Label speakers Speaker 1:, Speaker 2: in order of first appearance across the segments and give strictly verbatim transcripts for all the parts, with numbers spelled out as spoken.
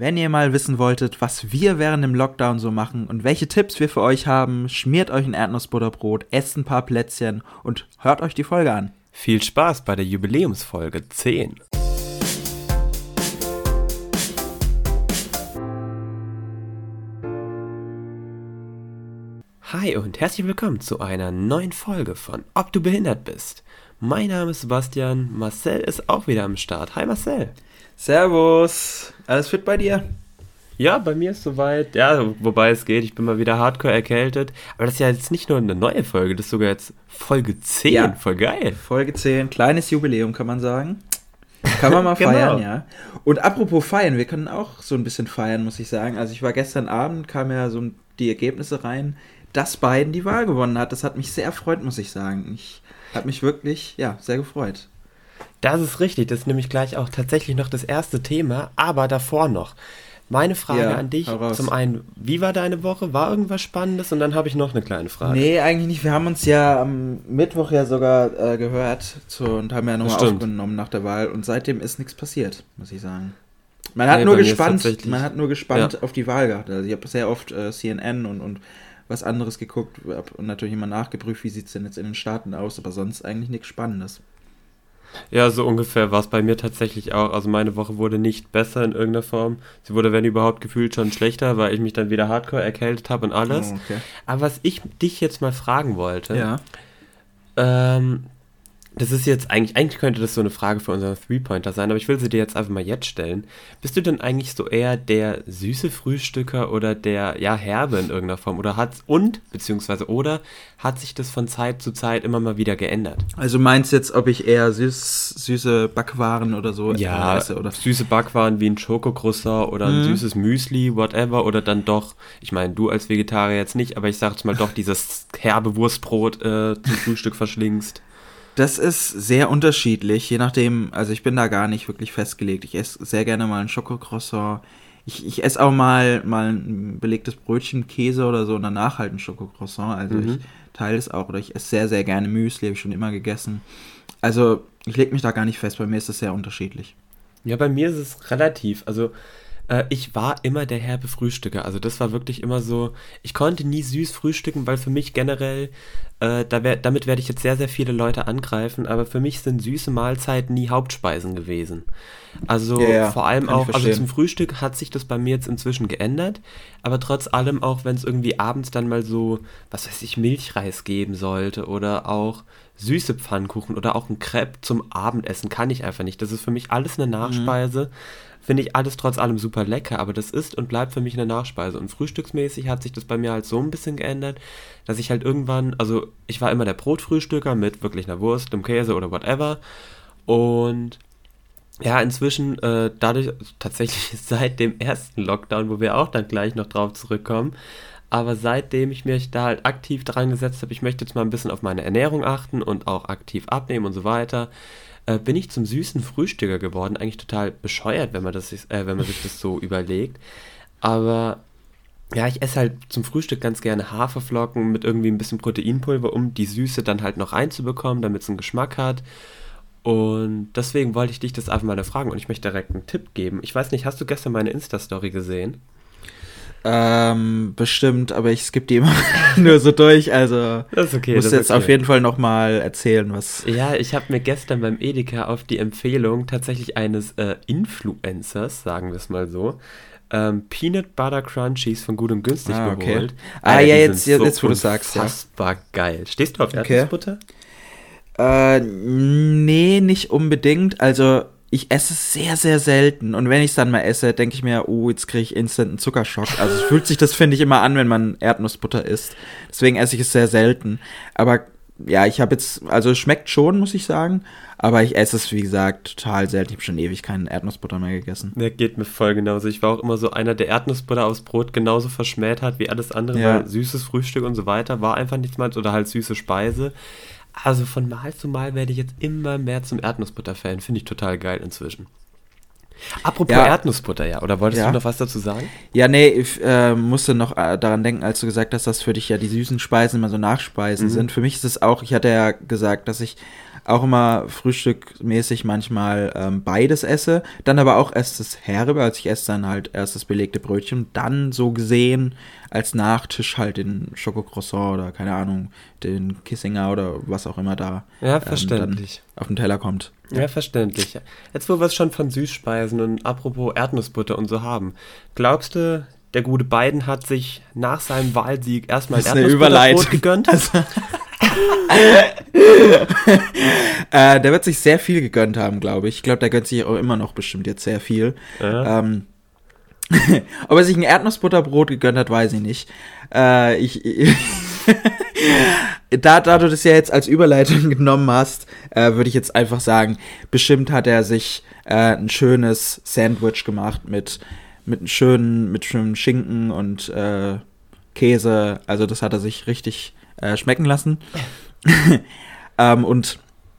Speaker 1: Wenn ihr mal wissen wolltet, was wir während dem Lockdown so machen und welche Tipps wir für euch haben, schmiert euch ein Erdnussbutterbrot, esst ein paar Plätzchen und hört euch die Folge an.
Speaker 2: Viel Spaß bei der Jubiläumsfolge zehn. Hi und herzlich willkommen zu einer neuen Folge von Ob du behindert bist. Mein Name ist Sebastian, Marcel ist auch wieder am Start. Hi Marcel.
Speaker 1: Servus, alles fit bei dir?
Speaker 2: Ja, bei mir ist soweit, ja, wobei es geht, ich bin mal wieder hardcore erkältet. Aber das ist ja jetzt nicht nur eine neue Folge, das ist sogar jetzt Folge zehn, ja, voll geil.
Speaker 1: Folge zehn, kleines Jubiläum kann man sagen. Kann man mal
Speaker 2: genau.
Speaker 1: feiern, ja. Und apropos feiern, wir können auch so ein bisschen feiern, muss ich sagen. Also ich war gestern Abend, kamen ja so die Ergebnisse rein, dass Biden die Wahl gewonnen hat. Das hat mich sehr erfreut, muss ich sagen. Ich habe mich wirklich, ja, sehr gefreut.
Speaker 2: Das ist richtig, das ist nämlich gleich auch tatsächlich noch das erste Thema, aber davor noch. Meine Frage
Speaker 1: ja,
Speaker 2: an dich, zum einen, wie war deine Woche? War irgendwas Spannendes? Und dann habe ich noch eine kleine Frage.
Speaker 1: Nee, eigentlich nicht. Wir haben uns ja am Mittwoch ja sogar äh, gehört zu, und haben ja nochmal aufgenommen nach der Wahl und seitdem ist nichts passiert, muss ich sagen. Man hat, nee, nur, gespannt, man hat nur gespannt ja. auf die Wahl gehabt. Also ich habe sehr oft äh, C N N und, und was anderes geguckt und natürlich immer nachgeprüft, wie sieht es denn jetzt in den Staaten aus, aber sonst eigentlich nichts Spannendes.
Speaker 2: Ja, so ungefähr war es bei mir tatsächlich auch. Also meine Woche wurde nicht besser in irgendeiner Form. Sie wurde, wenn überhaupt, gefühlt schon schlechter, weil ich mich dann wieder hardcore erkältet habe und alles. Oh, okay. Aber was ich dich jetzt mal fragen wollte,
Speaker 1: ja.
Speaker 2: ähm, das ist jetzt eigentlich, eigentlich könnte das so eine Frage für unseren Three-Pointer sein, aber ich will sie dir jetzt einfach mal jetzt stellen. Bist du denn eigentlich so eher der süße Frühstücker oder der, ja, herbe in irgendeiner Form? Oder hat's, und, beziehungsweise, oder hat sich das von Zeit zu Zeit immer mal wieder geändert?
Speaker 1: Also meinst du jetzt, ob ich eher süß, süße Backwaren oder so
Speaker 2: ja, esse? Oder süße Backwaren wie ein Schokocroissant oder ein mhm. süßes Müsli, whatever, oder dann doch, ich meine, du als Vegetarier jetzt nicht, aber ich sag jetzt mal doch, dieses herbe Wurstbrot äh, zum Frühstück verschlingst.
Speaker 1: Das ist sehr unterschiedlich, je nachdem, also ich bin da gar nicht wirklich festgelegt. Ich esse sehr gerne mal ein Schokocroissant. Ich, ich esse auch mal, mal ein belegtes Brötchen, Käse oder so und danach halt ein Schokocroissant. Also mhm. ich teile es auch. Oder ich esse sehr, sehr gerne Müsli, habe ich schon immer gegessen. Also ich lege mich da gar nicht fest, bei mir ist das sehr unterschiedlich.
Speaker 2: Ja, bei mir ist es relativ, also äh, ich war immer der herbe Frühstücker. Also das war wirklich immer so, ich konnte nie süß frühstücken, weil für mich generell Äh, da wär, damit werde ich jetzt sehr, sehr viele Leute angreifen, aber für mich sind süße Mahlzeiten nie Hauptspeisen gewesen. Also ja, ja, vor allem auch, also zum Frühstück hat sich das bei mir jetzt inzwischen geändert, aber trotz allem auch, wenn es irgendwie abends dann mal so, was weiß ich, Milchreis geben sollte oder auch süße Pfannkuchen oder auch ein Crepe zum Abendessen, kann ich einfach nicht. Das ist für mich alles eine Nachspeise. Mhm. Finde ich alles trotz allem super lecker, aber das ist und bleibt für mich eine Nachspeise. Und frühstücksmäßig hat sich das bei mir halt so ein bisschen geändert, dass ich halt irgendwann, also ich war immer der Brotfrühstücker mit wirklich einer Wurst, einem Käse oder whatever. Und ja, inzwischen äh, dadurch tatsächlich seit dem ersten Lockdown, wo wir auch dann gleich noch drauf zurückkommen, aber seitdem ich mich da halt aktiv dran gesetzt habe, ich möchte jetzt mal ein bisschen auf meine Ernährung achten und auch aktiv abnehmen und so weiter, äh, bin ich zum süßen Frühstücker geworden. Eigentlich total bescheuert, wenn man, das, äh, wenn man sich das so überlegt. Aber ja, ich esse halt zum Frühstück ganz gerne Haferflocken mit irgendwie ein bisschen Proteinpulver, um die Süße dann halt noch reinzubekommen, damit es einen Geschmack hat. Und deswegen wollte ich dich das einfach mal fragen und ich möchte direkt einen Tipp geben. Ich weiß nicht, hast du gestern meine Insta-Story gesehen?
Speaker 1: Ähm, bestimmt, aber ich skippe die immer nur so durch, also
Speaker 2: das ist okay,
Speaker 1: musst
Speaker 2: das
Speaker 1: jetzt
Speaker 2: okay.
Speaker 1: auf jeden Fall nochmal erzählen, was...
Speaker 2: Ja, ich habe mir gestern beim Edeka auf die Empfehlung tatsächlich eines äh, Influencers, sagen wir es mal so, ähm, Peanut Butter Crunchies von Gut und Günstig
Speaker 1: ah, okay.
Speaker 2: geholt.
Speaker 1: Ah
Speaker 2: Alter,
Speaker 1: ja, jetzt,
Speaker 2: so
Speaker 1: jetzt wo du sagst, ja.
Speaker 2: Unfassbar geil. Stehst du auf
Speaker 1: okay.
Speaker 2: Erdnussbutter?
Speaker 1: Äh, nee, nicht unbedingt, also... Ich esse es sehr, sehr selten. Und wenn ich es dann mal esse, denke ich mir, oh, jetzt kriege ich instant einen Zuckerschock. Also es fühlt sich das, finde ich, immer an, wenn man Erdnussbutter isst. Deswegen esse ich es sehr selten. Aber ja, ich habe jetzt, also es schmeckt schon, muss ich sagen. Aber ich esse es, wie gesagt, total selten. Ich habe schon ewig keine Erdnussbutter mehr gegessen.
Speaker 2: Der geht mir voll genauso. Ich war auch immer so einer, der Erdnussbutter aufs Brot genauso verschmäht hat wie alles andere.
Speaker 1: Ja.
Speaker 2: Weil süßes Frühstück und so weiter war einfach nichts meins. Oder halt süße Speise. Also von Mal zu Mal werde ich jetzt immer mehr zum Erdnussbutter-Fan. Finde ich total geil inzwischen. Apropos ja. Erdnussbutter, ja. Oder wolltest ja. du noch was dazu sagen?
Speaker 1: Ja, nee, ich äh, musste noch äh, daran denken, als du gesagt hast, dass für dich ja die süßen Speisen immer so Nachspeisen mhm. sind. Für mich ist es auch, ich hatte ja gesagt, dass ich auch immer frühstückmäßig manchmal ähm, beides esse, dann aber auch erst das Herbe, also ich esse dann halt erst das belegte Brötchen, dann so gesehen als Nachtisch halt den Schokocroissant oder keine Ahnung, den Kissinger oder was auch immer da
Speaker 2: Ja,
Speaker 1: ähm,
Speaker 2: verständlich.
Speaker 1: dann auf den Teller kommt.
Speaker 2: Ja, verständlich. Jetzt, wo wir es schon von Süßspeisen und apropos Erdnussbutter und so haben, glaubst du, der gute Biden hat sich nach seinem Wahlsieg erstmal ein
Speaker 1: Das ist eine
Speaker 2: Erdnussbutterbrot
Speaker 1: Überleitung.
Speaker 2: gegönnt?
Speaker 1: Also, äh, der wird sich sehr viel gegönnt haben, glaube ich. Ich glaube, der gönnt sich auch immer noch bestimmt jetzt sehr viel.
Speaker 2: Ja.
Speaker 1: Ähm, ob er sich ein Erdnussbutterbrot gegönnt hat, weiß ich nicht. Äh, ich, da, da du das ja jetzt als Überleitung genommen hast, äh, würde ich jetzt einfach sagen, bestimmt hat er sich äh, ein schönes Sandwich gemacht mit, mit einem schönen, mit schönem Schinken und äh, Käse. Also das hat er sich richtig äh, schmecken lassen. ähm, und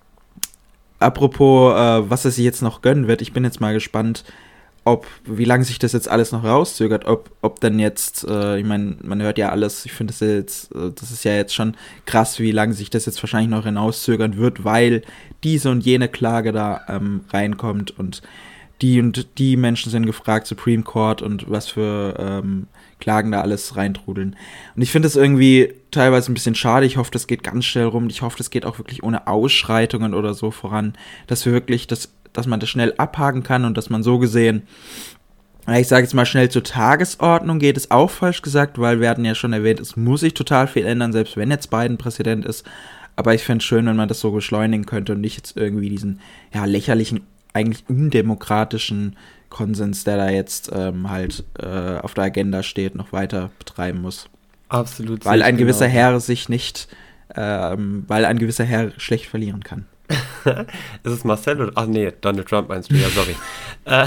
Speaker 1: apropos, äh, was er sich jetzt noch gönnen wird, ich bin jetzt mal gespannt, ob, wie lange sich das jetzt alles noch rauszögert, ob, ob denn jetzt, äh, ich meine, man hört ja alles, ich finde das jetzt, äh, das ist ja jetzt schon krass, wie lange sich das jetzt wahrscheinlich noch hinauszögern wird, weil diese und jene Klage da ähm, reinkommt und die und die Menschen sind gefragt, Supreme Court und was für ähm, Klagen da alles reintrudeln. Und ich finde das irgendwie teilweise ein bisschen schade, ich hoffe, das geht ganz schnell rum, ich hoffe, das geht auch wirklich ohne Ausschreitungen oder so voran, dass wir wirklich das dass man das schnell abhaken kann und dass man so gesehen, ich sage jetzt mal schnell zur Tagesordnung geht, ist auch falsch gesagt, weil wir hatten ja schon erwähnt, es muss sich total viel ändern, selbst wenn jetzt Biden Präsident ist, aber ich fände es schön, wenn man das so beschleunigen könnte und nicht jetzt irgendwie diesen ja lächerlichen, eigentlich undemokratischen Konsens, der da jetzt ähm, halt äh, auf der Agenda steht, noch weiter betreiben muss.
Speaker 2: Absolut.
Speaker 1: Weil ein gewisser
Speaker 2: genau.
Speaker 1: Herr sich nicht, ähm, weil ein gewisser Herr schlecht verlieren kann.
Speaker 2: Ist es Marcel oder? Ach nee, Donald Trump meinst du, ja, sorry. äh,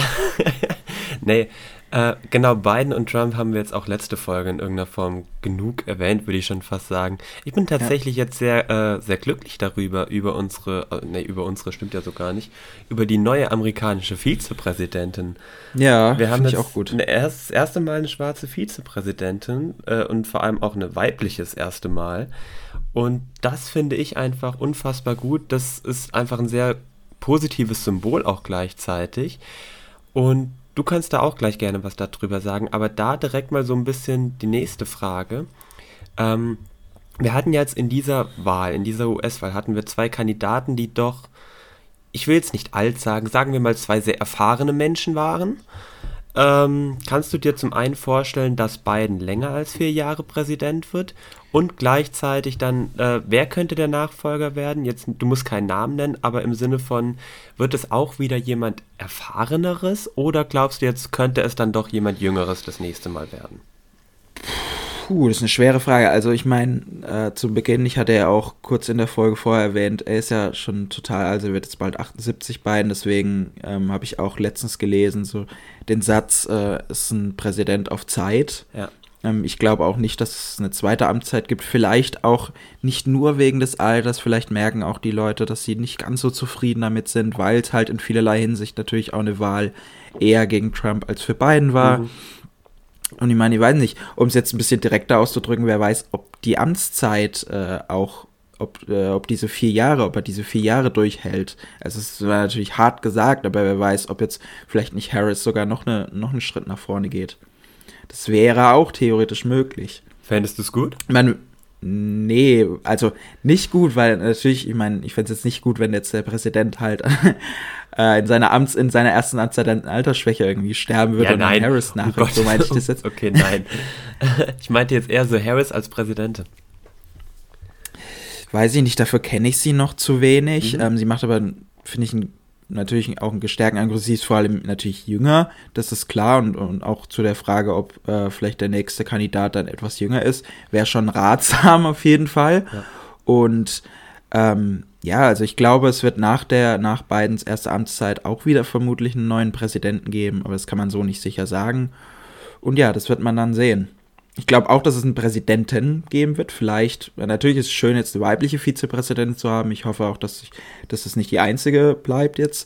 Speaker 2: nee, äh, genau, Biden und Trump haben wir jetzt auch letzte Folge in irgendeiner Form genug erwähnt, würde ich schon fast sagen. Ich bin tatsächlich ja. jetzt sehr, äh, sehr glücklich darüber, über unsere, äh, nee, über unsere stimmt ja so gar nicht, über die neue amerikanische Vizepräsidentin.
Speaker 1: Ja,
Speaker 2: wir haben
Speaker 1: finde ich
Speaker 2: jetzt
Speaker 1: auch gut.
Speaker 2: Eine, erst, das erste Mal eine schwarze Vizepräsidentin äh, und vor allem auch eine weibliches erste Mal. Und das finde ich einfach unfassbar gut. Das ist einfach ein sehr positives Symbol auch gleichzeitig. Und du kannst da auch gleich gerne was darüber sagen. Aber da direkt mal so ein bisschen die nächste Frage. Ähm, wir hatten jetzt in dieser Wahl, in dieser U S-Wahl, hatten wir zwei Kandidaten, die doch, ich will jetzt nicht alt sagen, sagen wir mal zwei sehr erfahrene Menschen waren. Ähm, kannst du dir zum einen vorstellen, dass Biden länger als vier Jahre Präsident wird und gleichzeitig dann, äh, wer könnte der Nachfolger werden? Jetzt, du musst keinen Namen nennen, aber im Sinne von, wird es auch wieder jemand Erfahreneres oder glaubst du, jetzt könnte es dann doch jemand Jüngeres das nächste Mal werden?
Speaker 1: Puh, das ist eine schwere Frage. Also ich meine, äh, zu Beginn, ich hatte ja auch kurz in der Folge vorher erwähnt, er ist ja schon total, also er wird jetzt bald achtundsiebzig Biden, deswegen ähm, habe ich auch letztens gelesen, so den Satz, äh, ist ein Präsident auf Zeit.
Speaker 2: Ja.
Speaker 1: Ähm, ich glaube auch nicht, dass es eine zweite Amtszeit gibt, vielleicht auch nicht nur wegen des Alters, vielleicht merken auch die Leute, dass sie nicht ganz so zufrieden damit sind, weil es halt in vielerlei Hinsicht natürlich auch eine Wahl eher gegen Trump als für Biden war. Mhm. Und ich meine, ich weiß nicht, um es jetzt ein bisschen direkter auszudrücken, wer weiß, ob die Amtszeit äh, auch, ob, äh, ob diese vier Jahre, ob er diese vier Jahre durchhält. Also es war natürlich hart gesagt, aber wer weiß, ob jetzt vielleicht nicht Harris sogar noch, eine, noch einen Schritt nach vorne geht. Das wäre auch theoretisch möglich.
Speaker 2: Fändest du es gut?
Speaker 1: Ich meine, nee, also nicht gut, weil natürlich, ich meine, ich fände es jetzt nicht gut, wenn jetzt der Präsident halt äh, in seiner Amts, in seiner ersten Amtszeit an Altersschwäche irgendwie sterben würde
Speaker 2: ja,
Speaker 1: und
Speaker 2: nein.
Speaker 1: dann Harris nachrückt.
Speaker 2: Oh
Speaker 1: so meinte ich das jetzt.
Speaker 2: Okay, nein. Ich meinte jetzt eher so Harris als Präsidentin.
Speaker 1: Weiß ich nicht, dafür kenne ich sie noch zu wenig.
Speaker 2: Mhm.
Speaker 1: Ähm, sie macht aber, finde ich, ein, natürlich auch einen gestärkten Eindruck. Sie ist vor allem natürlich jünger, das ist klar. Und, und auch zu der Frage, ob äh, vielleicht der nächste Kandidat dann etwas jünger ist, wäre schon ratsam auf jeden Fall. Ja. Und ähm, ja, also ich glaube, es wird nach der, nach Bidens erster Amtszeit auch wieder vermutlich einen neuen Präsidenten geben, aber das kann man so nicht sicher sagen. Und ja, das wird man dann sehen. Ich glaube auch, dass es einen Präsidenten geben wird. Vielleicht, natürlich ist es schön, jetzt eine weibliche Vizepräsidentin zu haben. Ich hoffe auch, dass, ich, dass es nicht die einzige bleibt jetzt.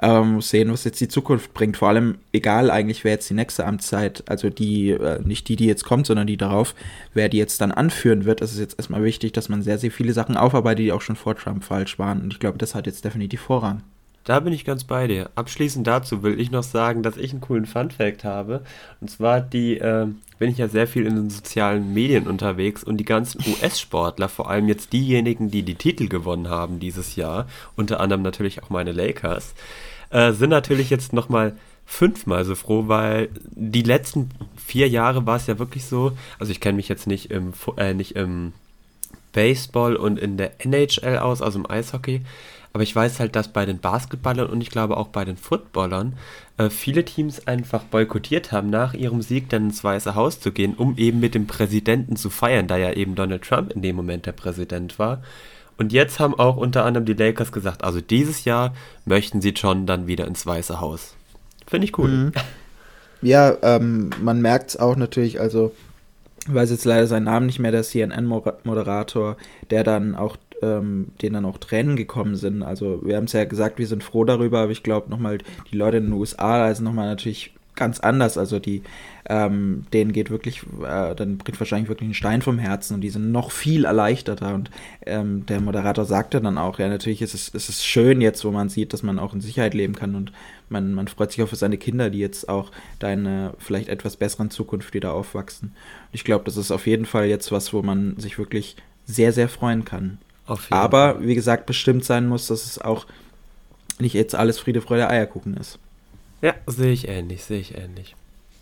Speaker 1: Aber man muss sehen, was jetzt die Zukunft bringt. Vor allem, egal eigentlich, wer jetzt die nächste Amtszeit, also die, äh, nicht die, die jetzt kommt, sondern die darauf, wer die jetzt dann anführen wird. Es ist jetzt erstmal wichtig, dass man sehr, sehr viele Sachen aufarbeitet, die auch schon vor Trump falsch waren. Und ich glaube, das hat jetzt definitiv Vorrang.
Speaker 2: Da bin ich ganz bei dir. Abschließend dazu will ich noch sagen, dass ich einen coolen Funfact habe. Und zwar die, äh, bin ich ja sehr viel in den sozialen Medien unterwegs und die ganzen U S-Sportler, vor allem jetzt diejenigen, die die Titel gewonnen haben dieses Jahr, unter anderem natürlich auch meine Lakers, äh, sind natürlich jetzt nochmal fünfmal so froh, weil die letzten vier Jahre war es ja wirklich so, also ich kenne mich jetzt nicht im, Fu- äh, nicht im Baseball und in der N H L aus, also im Eishockey. Aber ich weiß halt, dass bei den Basketballern und ich glaube auch bei den Footballern äh, viele Teams einfach boykottiert haben, nach ihrem Sieg dann ins Weiße Haus zu gehen, um eben mit dem Präsidenten zu feiern, da ja eben Donald Trump in dem Moment der Präsident war. Und jetzt haben auch unter anderem die Lakers gesagt, also dieses Jahr möchten sie schon dann wieder ins Weiße Haus. Finde ich cool.
Speaker 1: Mhm. Ja, ähm, man merkt es auch natürlich, also ich weiß jetzt leider seinen Namen nicht mehr, der C N N-Moderator, der dann auch, ähm, denen dann auch Tränen gekommen sind. Also wir haben es ja gesagt, wir sind froh darüber, aber ich glaube nochmal, die Leute in den U S A, also nochmal natürlich ganz anders. Also die, ähm, denen geht wirklich, äh, dann bringt wahrscheinlich wirklich ein Stein vom Herzen und die sind noch viel erleichterter. Und ähm, der Moderator sagte dann auch, ja, natürlich ist es, ist es schön jetzt, wo man sieht, dass man auch in Sicherheit leben kann und man, man freut sich auch für seine Kinder, die jetzt auch da in einer vielleicht etwas besseren Zukunft wieder aufwachsen. Und ich glaube, das ist auf jeden Fall jetzt was, wo man sich wirklich sehr, sehr freuen kann.
Speaker 2: Auf jeden
Speaker 1: Aber,
Speaker 2: Fall.
Speaker 1: wie gesagt, bestimmt sein muss, dass es auch nicht jetzt alles Friede, Freude, Eierkuchen ist.
Speaker 2: Ja, sehe ich ähnlich, sehe ich ähnlich.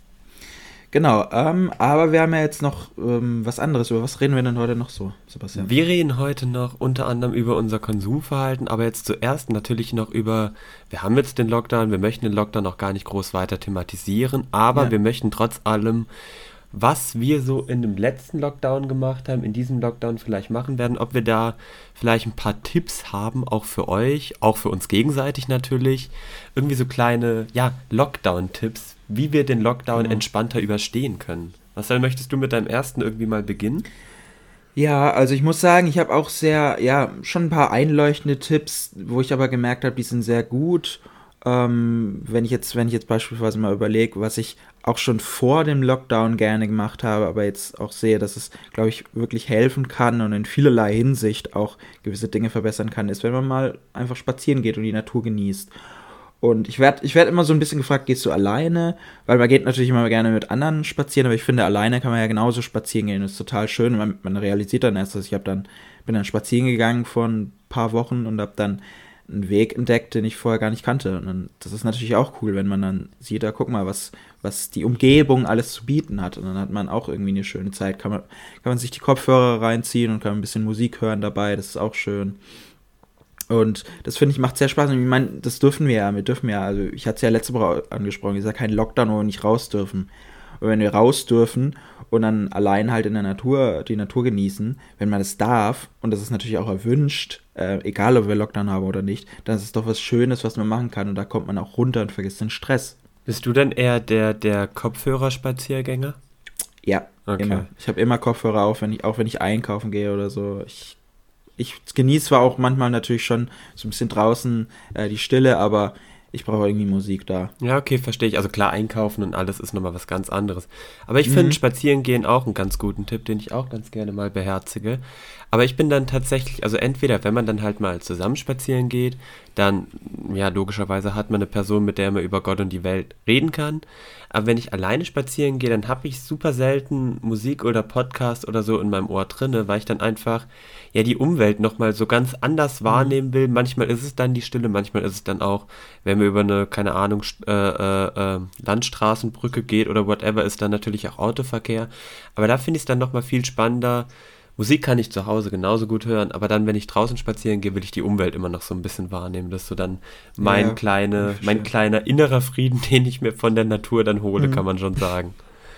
Speaker 1: Genau, ähm, aber wir haben ja jetzt noch ähm, was anderes. Über was reden wir denn heute noch so, Sebastian?
Speaker 2: Wir reden heute noch unter anderem über unser Konsumverhalten, aber jetzt zuerst natürlich noch über, wir haben jetzt den Lockdown, wir möchten den Lockdown noch gar nicht groß weiter thematisieren, aber
Speaker 1: Ja.
Speaker 2: wir möchten trotz allem, was wir so in dem letzten Lockdown gemacht haben, in diesem Lockdown vielleicht machen werden, ob wir da vielleicht ein paar Tipps haben, auch für euch, auch für uns gegenseitig natürlich, irgendwie so kleine, ja, Lockdown-Tipps, wie wir den Lockdown
Speaker 1: Genau.
Speaker 2: entspannter überstehen können. Marcel, möchtest du mit deinem ersten irgendwie mal beginnen?
Speaker 1: Ja, also ich muss sagen, ich habe auch sehr, ja, schon ein paar einleuchtende Tipps, wo ich aber gemerkt habe, die sind sehr gut. Ähm, wenn ich jetzt, wenn ich jetzt beispielsweise mal überlege, was ich auch schon vor dem Lockdown gerne gemacht habe, aber jetzt auch sehe, dass es, glaube ich, wirklich helfen kann und in vielerlei Hinsicht auch gewisse Dinge verbessern kann, ist, wenn man mal einfach spazieren geht und die Natur genießt. Und ich werde ich werd immer so ein bisschen gefragt, gehst du alleine? Weil man geht natürlich immer gerne mit anderen spazieren, aber ich finde, alleine kann man ja genauso spazieren gehen. Das ist total schön. Man, man realisiert dann erst, dass ich hab dann, bin dann spazieren gegangen vor ein paar Wochen und habe dann einen Weg entdeckt, den ich vorher gar nicht kannte. Und dann, das ist natürlich auch cool, wenn man dann sieht, da guck mal, was, was die Umgebung alles zu bieten hat. Und dann hat man auch irgendwie eine schöne Zeit. Kann man, kann man sich die Kopfhörer reinziehen und kann ein bisschen Musik hören dabei. Das ist auch schön. Und das finde ich macht sehr Spaß. Und ich meine, das dürfen wir ja, wir dürfen ja, also ich hatte es ja letzte Woche angesprochen, es ist ja kein Lockdown, wo wir nicht raus dürfen. Und wenn wir raus dürfen und dann allein halt in der Natur, die Natur genießen, wenn man das darf, und das ist natürlich auch erwünscht, äh, egal ob wir Lockdown haben oder nicht, dann ist es doch was Schönes, was man machen kann und da kommt man auch runter und vergisst den Stress.
Speaker 2: Bist du denn eher der, der Kopfhörerspaziergänger?
Speaker 1: Ja,
Speaker 2: Okay.
Speaker 1: immer. Ich habe immer Kopfhörer auf, wenn ich, auch wenn ich einkaufen gehe oder so. Ich Ich genieße zwar auch manchmal natürlich schon so ein bisschen draußen äh, die Stille, aber ich brauche irgendwie Musik da.
Speaker 2: Ja, okay, verstehe ich. Also klar, einkaufen und alles ist nochmal was ganz anderes. Aber ich
Speaker 1: Mhm.
Speaker 2: finde spazieren gehen auch einen ganz guten Tipp, den ich auch ganz gerne mal beherzige. Aber ich bin dann tatsächlich, also entweder, wenn man dann halt mal zusammen spazieren geht, dann, ja, logischerweise hat man eine Person, mit der man über Gott und die Welt reden kann. Aber wenn ich alleine spazieren gehe, dann habe ich super selten Musik oder Podcast oder so in meinem Ohr drinne, weil ich dann einfach, ja, die Umwelt nochmal so ganz anders wahrnehmen will. Manchmal ist es dann die Stille, manchmal ist es dann auch, wenn man über eine, keine Ahnung, St- äh, äh, äh, Landstraßenbrücke geht oder whatever, ist dann natürlich auch Autoverkehr. Aber da finde ich es dann nochmal viel spannender. Musik kann ich zu Hause genauso gut hören, aber dann, wenn ich draußen spazieren gehe, will ich die Umwelt immer noch so ein bisschen wahrnehmen. Das ist so dann mein,
Speaker 1: Ja,
Speaker 2: kleine,
Speaker 1: ich
Speaker 2: mein
Speaker 1: verstehe.
Speaker 2: kleiner innerer Frieden, den ich mir von der Natur dann hole,
Speaker 1: Mhm.
Speaker 2: kann man schon sagen.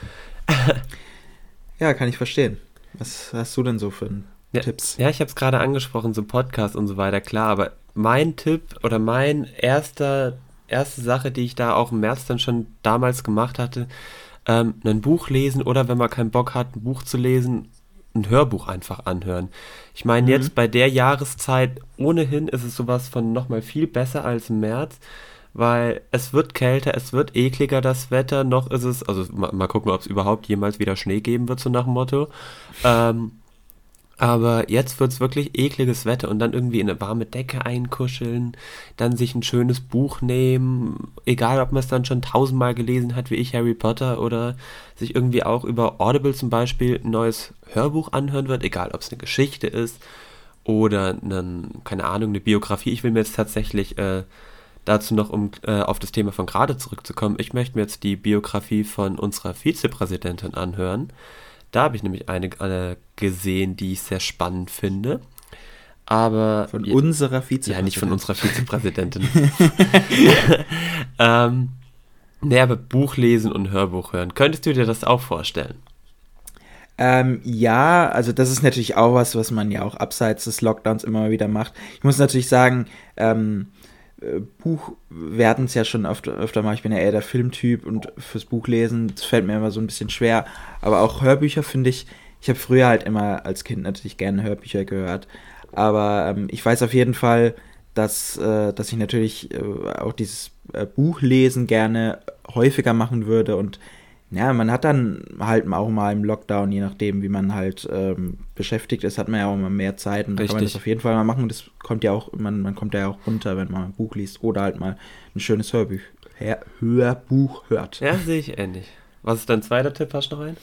Speaker 1: Ja, kann ich verstehen. Was hast du denn so für
Speaker 2: Ja,
Speaker 1: Tipps?
Speaker 2: ja, ich habe es gerade angesprochen, so Podcast und so weiter, klar, aber mein Tipp oder mein erster, erste Sache, die ich da auch im März dann schon damals gemacht hatte, ähm, ein Buch lesen oder wenn man keinen Bock hat, ein Buch zu lesen, ein Hörbuch einfach anhören. Ich meine,
Speaker 1: Mhm.
Speaker 2: jetzt bei der Jahreszeit ohnehin ist es sowas von nochmal viel besser als im März, weil es wird kälter, es wird ekliger, das Wetter, noch ist es, also mal, mal gucken, ob es überhaupt jemals wieder Schnee geben wird, so nach dem Motto. Ähm, aber jetzt wird es wirklich ekliges Wetter und dann irgendwie in eine warme Decke einkuscheln, dann sich ein schönes Buch nehmen, egal ob man es dann schon tausendmal gelesen hat, wie ich Harry Potter, oder sich irgendwie auch über Audible zum Beispiel ein neues Hörbuch anhören wird, egal ob es eine Geschichte ist oder einen, keine Ahnung, eine Biografie. Ich will mir jetzt tatsächlich äh, dazu noch, um äh, auf das Thema von gerade zurückzukommen, ich möchte mir jetzt die Biografie von unserer Vizepräsidentin anhören. Da habe ich nämlich eine, eine gesehen, die ich sehr spannend finde. Aber
Speaker 1: von ja, unserer Vizepräsidentin.
Speaker 2: Ja, nicht von unserer Vizepräsidentin. ähm, nee, aber Buch lesen und Hörbuch hören. Könntest du dir das auch vorstellen?
Speaker 1: Ähm, ja, also das ist natürlich auch was, was man ja auch abseits des Lockdowns immer mal wieder macht. Ich muss natürlich sagen, ähm, Buch, wir hatten es ja schon öfter, öfter mal, ich bin ja eher der Filmtyp und fürs Buchlesen, das fällt mir immer so ein bisschen schwer, aber auch Hörbücher finde ich, ich habe früher halt immer als Kind natürlich gerne Hörbücher gehört, aber ähm, ich weiß auf jeden Fall, dass, äh, dass ich natürlich äh, auch dieses äh, Buchlesen gerne häufiger machen würde und ja, man hat dann halt auch mal im Lockdown, je nachdem, wie man halt ähm, beschäftigt ist, hat man ja auch immer mehr Zeit und dann kann man das auf jeden Fall mal machen. Und das kommt ja auch, man, man kommt ja auch runter, wenn man ein Buch liest oder halt mal ein schönes Hörbuch, Hör, Hörbuch hört.
Speaker 2: Ja, sehe ich ähnlich. Was ist dein zweiter Tipp? Hast du noch einen?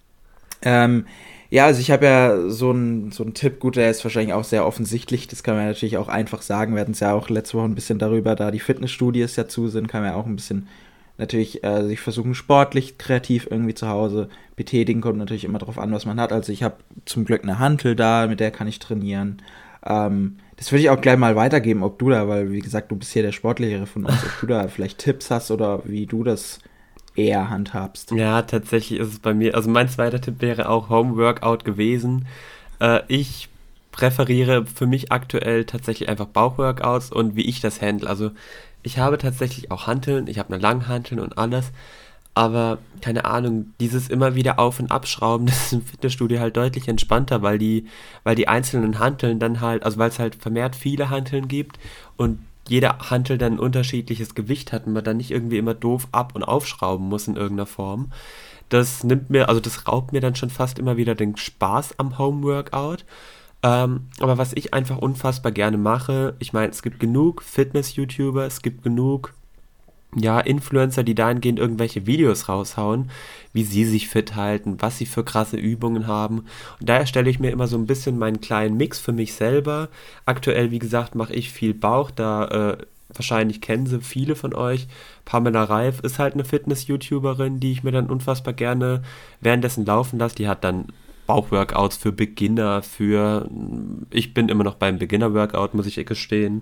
Speaker 1: Ähm, ja, also ich habe ja so einen so einen Tipp, gut, der ist wahrscheinlich auch sehr offensichtlich, das kann man ja natürlich auch einfach sagen. Wir hatten es ja auch letzte Woche ein bisschen darüber, da die Fitnessstudios ja zu sind, kann man ja auch ein bisschen natürlich äh, sich versuchen, sportlich, kreativ irgendwie zu Hause betätigen, kommt natürlich immer drauf an, was man hat. Also ich habe zum Glück eine Hantel da, mit der kann ich trainieren. Ähm, das würde ich auch gleich mal weitergeben, ob du da, weil wie gesagt, du bist hier der Sportlichere von uns, ob du da vielleicht Tipps hast oder wie du das eher handhabst.
Speaker 2: Ja, tatsächlich ist es bei mir, also mein zweiter Tipp wäre auch Home-Workout gewesen. Äh, ich präferiere für mich aktuell tatsächlich einfach Bauchworkouts und wie ich das handle. Also ich habe tatsächlich auch Hanteln, ich habe eine Langhanteln und alles, aber keine Ahnung, dieses immer wieder auf- und abschrauben, das ist im Fitnessstudio halt deutlich entspannter, weil die, weil die einzelnen Hanteln dann halt, also weil es halt vermehrt viele Hanteln gibt und jede Hantel dann ein unterschiedliches Gewicht hat und man dann nicht irgendwie immer doof ab- und aufschrauben muss in irgendeiner Form. Das nimmt mir, also das raubt mir dann schon fast immer wieder den Spaß am Home-Workout. Ähm, aber was ich einfach unfassbar gerne mache, ich meine, es gibt genug Fitness-YouTuber, es gibt genug, ja, Influencer, die dahingehend irgendwelche Videos raushauen, wie sie sich fit halten, was sie für krasse Übungen haben. Und daher stelle ich mir immer so ein bisschen meinen kleinen Mix für mich selber. Aktuell, wie gesagt, mache ich viel Bauch, da äh, wahrscheinlich kennen sie viele von euch. Pamela Reif ist halt eine Fitness-YouTuberin, die ich mir dann unfassbar gerne währenddessen laufen lasse. Die hat dann Bauchworkouts für Beginner, für, ich bin immer noch beim Beginner-Workout, muss ich gestehen.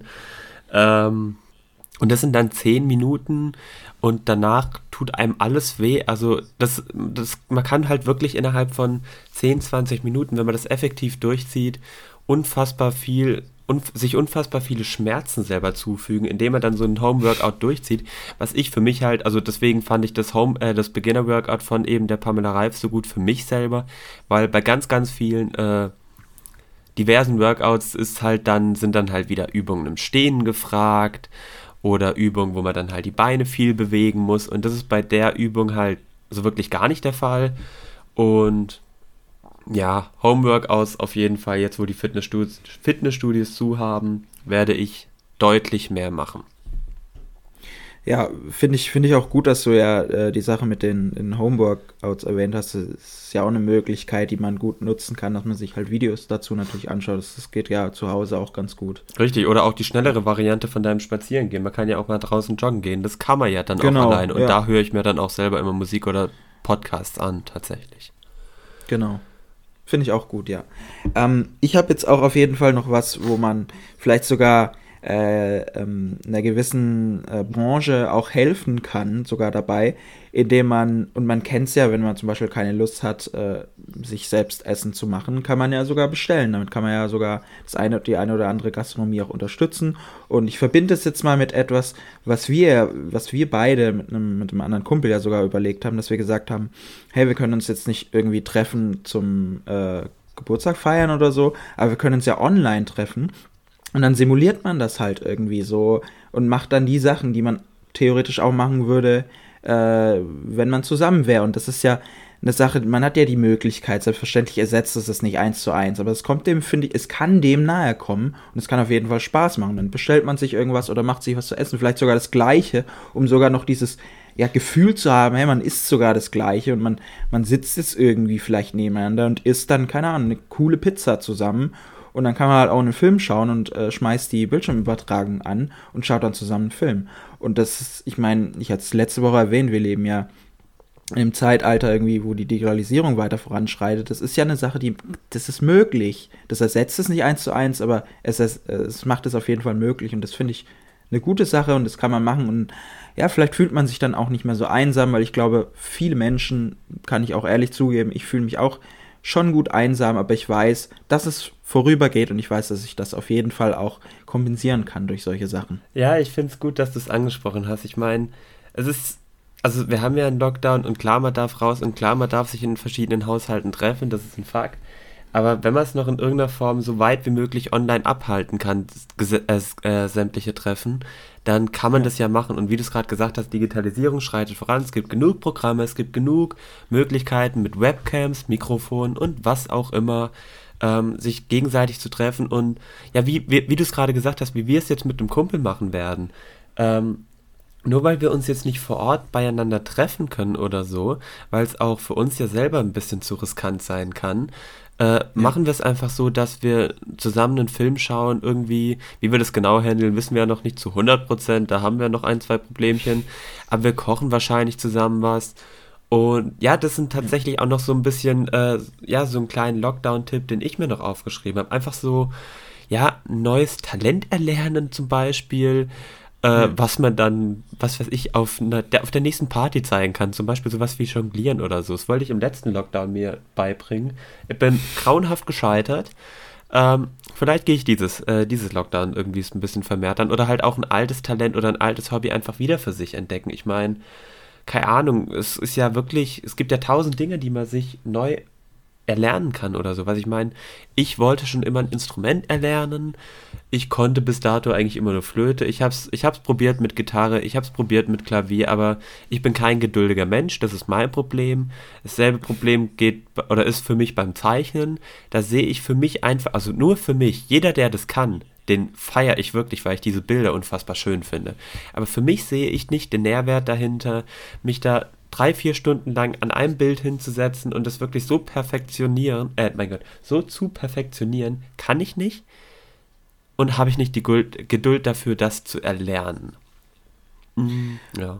Speaker 2: Ähm, und das sind dann zehn Minuten und danach tut einem alles weh. Also das, das, man kann halt wirklich innerhalb von zehn, zwanzig Minuten, wenn man das effektiv durchzieht, unfassbar viel und sich unfassbar viele Schmerzen selber zufügen, indem er dann so ein Home-Workout durchzieht, was ich für mich halt, also deswegen fand ich das Home, äh, das Beginner-Workout von eben der Pamela Reif so gut für mich selber, weil bei ganz, ganz vielen äh, diversen Workouts ist halt dann, sind dann halt wieder Übungen im Stehen gefragt oder Übungen, wo man dann halt die Beine viel bewegen muss und das ist bei der Übung halt so wirklich gar nicht der Fall und ja, Homeworkouts auf jeden Fall, jetzt wo die Fitnessstudios, Fitnessstudios zu haben, werde ich deutlich mehr machen.
Speaker 1: Ja, finde ich, finde ich auch gut, dass du ja äh, die Sache mit den, den Homeworkouts erwähnt hast. Das ist ja auch eine Möglichkeit, die man gut nutzen kann, dass man sich halt Videos dazu natürlich anschaut. Das, das geht ja zu Hause auch ganz gut.
Speaker 2: Richtig, oder auch die schnellere Variante von deinem Spazierengehen. Man kann ja auch mal draußen joggen gehen. Das kann man ja dann
Speaker 1: genau,
Speaker 2: auch allein. Und
Speaker 1: ja.
Speaker 2: da höre ich mir dann auch selber immer Musik oder Podcasts an, tatsächlich.
Speaker 1: Genau. Finde ich auch gut, ja. Ähm, ich habe jetzt auch auf jeden Fall noch was, wo man vielleicht sogar äh, ähm, einer gewissen äh, Branche auch helfen kann, sogar dabei, indem man, und man kennt es ja, wenn man zum Beispiel keine Lust hat, äh, sich selbst Essen zu machen, kann man ja sogar bestellen. Damit kann man ja sogar das eine, die eine oder andere Gastronomie auch unterstützen. Und ich verbinde es jetzt mal mit etwas, was wir, was wir beide mit einem, mit einem anderen Kumpel ja sogar überlegt haben, dass wir gesagt haben, hey, wir können uns jetzt nicht irgendwie treffen zum äh, Geburtstag feiern oder so, aber wir können uns ja online treffen. Und dann simuliert man das halt irgendwie so und macht dann die Sachen, die man theoretisch auch machen würde, äh, wenn man zusammen wäre. Und das ist ja eine Sache, man hat ja die Möglichkeit, selbstverständlich ersetzt es es nicht eins zu eins, aber es kommt dem, finde ich, es kann dem nahe kommen und es kann auf jeden Fall Spaß machen. Dann bestellt man sich irgendwas oder macht sich was zu essen, vielleicht sogar das Gleiche, um sogar noch dieses ja, Gefühl zu haben, hey, man isst sogar das Gleiche und man, man sitzt jetzt irgendwie vielleicht nebeneinander und isst dann, keine Ahnung, eine coole Pizza zusammen und dann kann man halt auch einen Film schauen und äh, schmeißt die Bildschirmübertragung an und schaut dann zusammen einen Film. Und das ist, ich meine, ich hatte es letzte Woche erwähnt, wir leben ja in einem Zeitalter irgendwie, wo die Digitalisierung weiter voranschreitet. Das ist ja eine Sache, die, das ist möglich. Das ersetzt es nicht eins zu eins, aber es, es macht es auf jeden Fall möglich und das finde ich eine gute Sache und das kann man machen und ja, vielleicht fühlt man sich dann auch nicht mehr so einsam, weil ich glaube, viele Menschen, kann ich auch ehrlich zugeben, ich fühle mich auch schon gut einsam, aber ich weiß, dass es vorübergeht und ich weiß, dass ich das auf jeden Fall auch kompensieren kann durch solche Sachen.
Speaker 2: Ja, ich finde es gut, dass du es angesprochen hast. Ich meine, es ist, also wir haben ja einen Lockdown und klar, man darf raus und klar, man darf sich in verschiedenen Haushalten treffen, das ist ein Fakt. Aber wenn man es noch in irgendeiner Form so weit wie möglich online abhalten kann, äh, äh, sämtliche Treffen, dann kann man ja. das ja machen. Und wie du es gerade gesagt hast, Digitalisierung schreitet voran. Es gibt genug Programme, es gibt genug Möglichkeiten mit Webcams, Mikrofonen und was auch immer, ähm, sich gegenseitig zu treffen. Und ja, wie, wie, wie du es gerade gesagt hast, wie wir es jetzt mit einem Kumpel machen werden, ähm, nur weil wir uns jetzt nicht vor Ort beieinander treffen können oder so, weil es auch für uns ja selber ein bisschen zu riskant sein kann, Äh, ja. machen wir es einfach so, dass wir zusammen einen Film schauen, irgendwie, wie wir das genau handeln, wissen wir ja noch nicht zu hundert Prozent, da haben wir noch ein, zwei Problemchen, aber wir kochen wahrscheinlich zusammen was und ja, das sind tatsächlich auch noch so ein bisschen, äh, ja, so einen kleinen Lockdown-Tipp, den ich mir noch aufgeschrieben habe, einfach so, ja, neues Talent erlernen zum Beispiel, äh, mhm. was man dann, was weiß ich, auf, einer, der, auf der nächsten Party zeigen kann. Zum Beispiel sowas wie Jonglieren oder so. Das wollte ich im letzten Lockdown mir beibringen. Ich bin grauenhaft gescheitert. Ähm, vielleicht gehe ich dieses, äh, dieses Lockdown irgendwie ein bisschen vermehrt an. Oder halt auch ein altes Talent oder ein altes Hobby einfach wieder für sich entdecken. Ich meine, keine Ahnung, es ist ja wirklich, es gibt ja tausend Dinge, die man sich neu erlernen kann oder so. Was ich meine, ich wollte schon immer ein Instrument erlernen. Ich konnte bis dato eigentlich immer nur Flöte. Ich hab's, ich hab's probiert mit Gitarre, ich hab's probiert mit Klavier, aber ich bin kein geduldiger Mensch, das ist mein Problem. Dasselbe Problem geht oder ist für mich beim Zeichnen. Da sehe ich für mich einfach, also nur für mich, jeder, der das kann, den feiere ich wirklich, weil ich diese Bilder unfassbar schön finde. Aber für mich sehe ich nicht den Nährwert dahinter, mich da drei, vier Stunden lang an einem Bild hinzusetzen und das wirklich so perfektionieren, äh, mein Gott, so zu perfektionieren, kann ich nicht und habe ich nicht die Guld, Geduld dafür, das zu erlernen. Mhm, ja.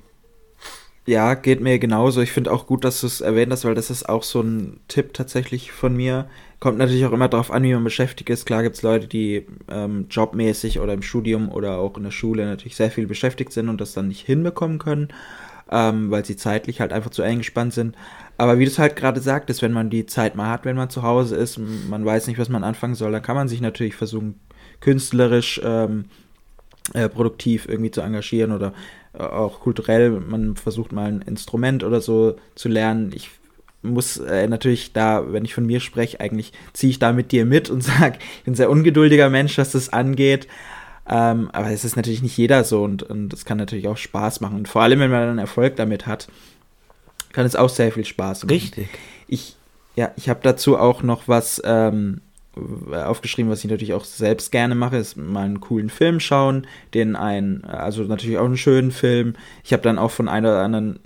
Speaker 1: Ja, geht mir genauso. Ich finde auch gut, dass du es erwähnt hast, weil das ist auch so ein Tipp tatsächlich von mir. Kommt natürlich auch immer darauf an, wie man beschäftigt ist. Klar gibt es Leute, die ähm, jobmäßig oder im Studium oder auch in der Schule natürlich sehr viel beschäftigt sind und das dann nicht hinbekommen können. Ähm, weil sie zeitlich halt einfach zu eingespannt sind. Aber wie du es halt gerade sagtest, wenn man die Zeit mal hat, wenn man zu Hause ist, man weiß nicht, was man anfangen soll, dann kann man sich natürlich versuchen, künstlerisch ähm, äh, produktiv irgendwie zu engagieren oder äh, auch kulturell. Man versucht mal ein Instrument oder so zu lernen. Ich muss äh, natürlich da, wenn ich von mir spreche, eigentlich ziehe ich da mit dir mit und sage, ich bin ein sehr ungeduldiger Mensch, was das angeht. Ähm, aber es ist natürlich nicht jeder so und und es kann natürlich auch Spaß machen. Und vor allem, wenn man dann Erfolg damit hat, kann es auch sehr viel Spaß machen.
Speaker 2: Richtig.
Speaker 1: Ich, ja, ich habe dazu auch noch was ähm, aufgeschrieben, was ich natürlich auch selbst gerne mache, ist mal einen coolen Film schauen, den einen, also natürlich auch einen schönen Film. Ich habe dann auch von einer oder anderen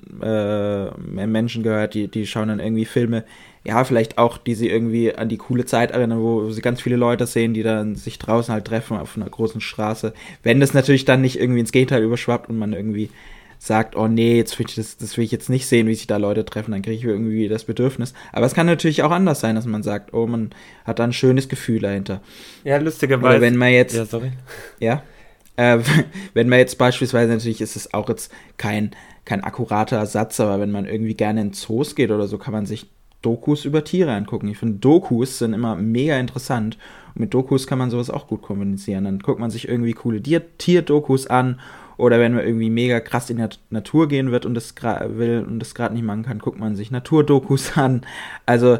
Speaker 1: äh, Menschen gehört, die, die schauen dann irgendwie Filme, ja, vielleicht auch, die sie irgendwie an die coole Zeit erinnern, wo sie ganz viele Leute sehen, die dann sich draußen halt treffen auf einer großen Straße. Wenn das natürlich dann nicht irgendwie ins Gegenteil überschwappt und man irgendwie sagt, oh nee, jetzt will ich das, das will ich jetzt nicht sehen, wie sich da Leute treffen, dann kriege ich irgendwie das Bedürfnis. Aber es kann natürlich auch anders sein, dass man sagt, oh, man hat da ein schönes Gefühl dahinter.
Speaker 2: Ja, lustigerweise.
Speaker 1: Oder wenn man jetzt,
Speaker 2: ja, sorry.
Speaker 1: Ja, äh, wenn man jetzt beispielsweise, natürlich ist es auch jetzt kein, kein akkurater Ersatz, aber wenn man irgendwie gerne in Zoos geht oder so, kann man sich Dokus über Tiere angucken. Ich finde, Dokus sind immer mega interessant. Und mit Dokus kann man sowas auch gut kommunizieren. Dann guckt man sich irgendwie coole Tier-Dokus an. Oder wenn man irgendwie mega krass in die Natur gehen wird und das gra- will und das gerade nicht machen kann, guckt man sich Naturdokus an. Also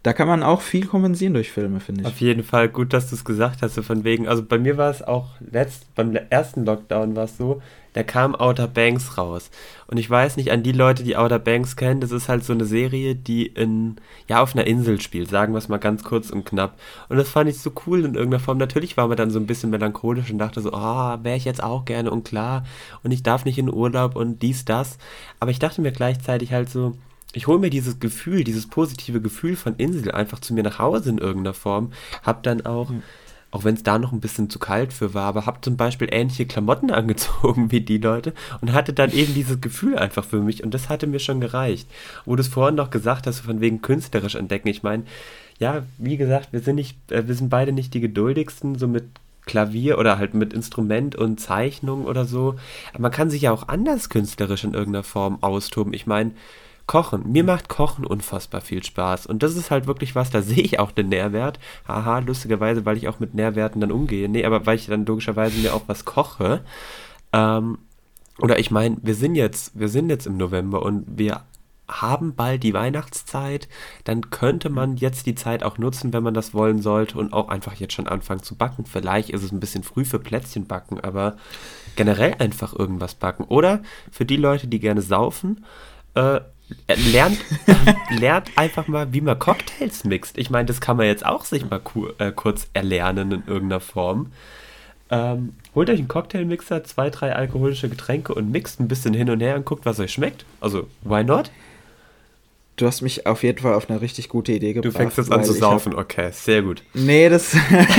Speaker 1: Da kann man auch viel kompensieren durch Filme, finde ich.
Speaker 2: Auf jeden Fall gut, dass du es gesagt hast, so von wegen, also bei mir war es auch letzt, beim ersten Lockdown war es so, da kam Outer Banks raus. Und ich weiß nicht, an die Leute, die Outer Banks kennen, das ist halt so eine Serie, die in, ja, auf einer Insel spielt, sagen wir es mal ganz kurz und knapp. Und das fand ich so cool in irgendeiner Form. Natürlich war man dann so ein bisschen melancholisch und dachte so, ah, oh, wäre ich jetzt auch gerne und klar und ich darf nicht in Urlaub und dies, das. Aber ich dachte mir gleichzeitig halt so, ich hole mir dieses Gefühl, dieses positive Gefühl von Insel einfach zu mir nach Hause in irgendeiner Form. Hab dann auch, mhm. auch wenn es da noch ein bisschen zu kalt für war, aber hab zum Beispiel ähnliche Klamotten angezogen wie die Leute und hatte dann eben dieses Gefühl einfach für mich und das hatte mir schon gereicht. Wo du es vorhin noch gesagt hast, von wegen künstlerisch entdecken. Ich meine, ja, wie gesagt, wir sind nicht, äh, wir sind beide nicht die geduldigsten, so mit Klavier oder halt mit Instrument und Zeichnung oder so. Aber man kann sich ja auch anders künstlerisch in irgendeiner Form austoben. Ich meine, Kochen. Mir macht Kochen unfassbar viel Spaß. Und das ist halt wirklich was, da sehe ich auch den Nährwert. Haha, lustigerweise, weil ich auch mit Nährwerten dann umgehe. Nee, aber weil ich dann logischerweise mir auch was koche. Ähm, oder ich meine, wir sind jetzt, wir sind jetzt im November und wir haben bald die Weihnachtszeit. Dann könnte man jetzt die Zeit auch nutzen, wenn man das wollen sollte und auch einfach jetzt schon anfangen zu backen. Vielleicht ist es ein bisschen früh für Plätzchen backen, aber generell einfach irgendwas backen. Oder für die Leute, die gerne saufen, äh, lernt, lernt einfach mal, wie man Cocktails mixt. Ich meine, das kann man jetzt auch sich mal ku- äh, kurz erlernen in irgendeiner Form. Ähm, holt euch einen Cocktailmixer, zwei, drei alkoholische Getränke und mixt ein bisschen hin und her und guckt, was euch schmeckt. Also, why not?
Speaker 1: Du hast mich auf jeden Fall auf eine richtig gute Idee gebracht.
Speaker 2: Du fängst jetzt an zu saufen, hab... okay, sehr gut.
Speaker 1: Nee, das,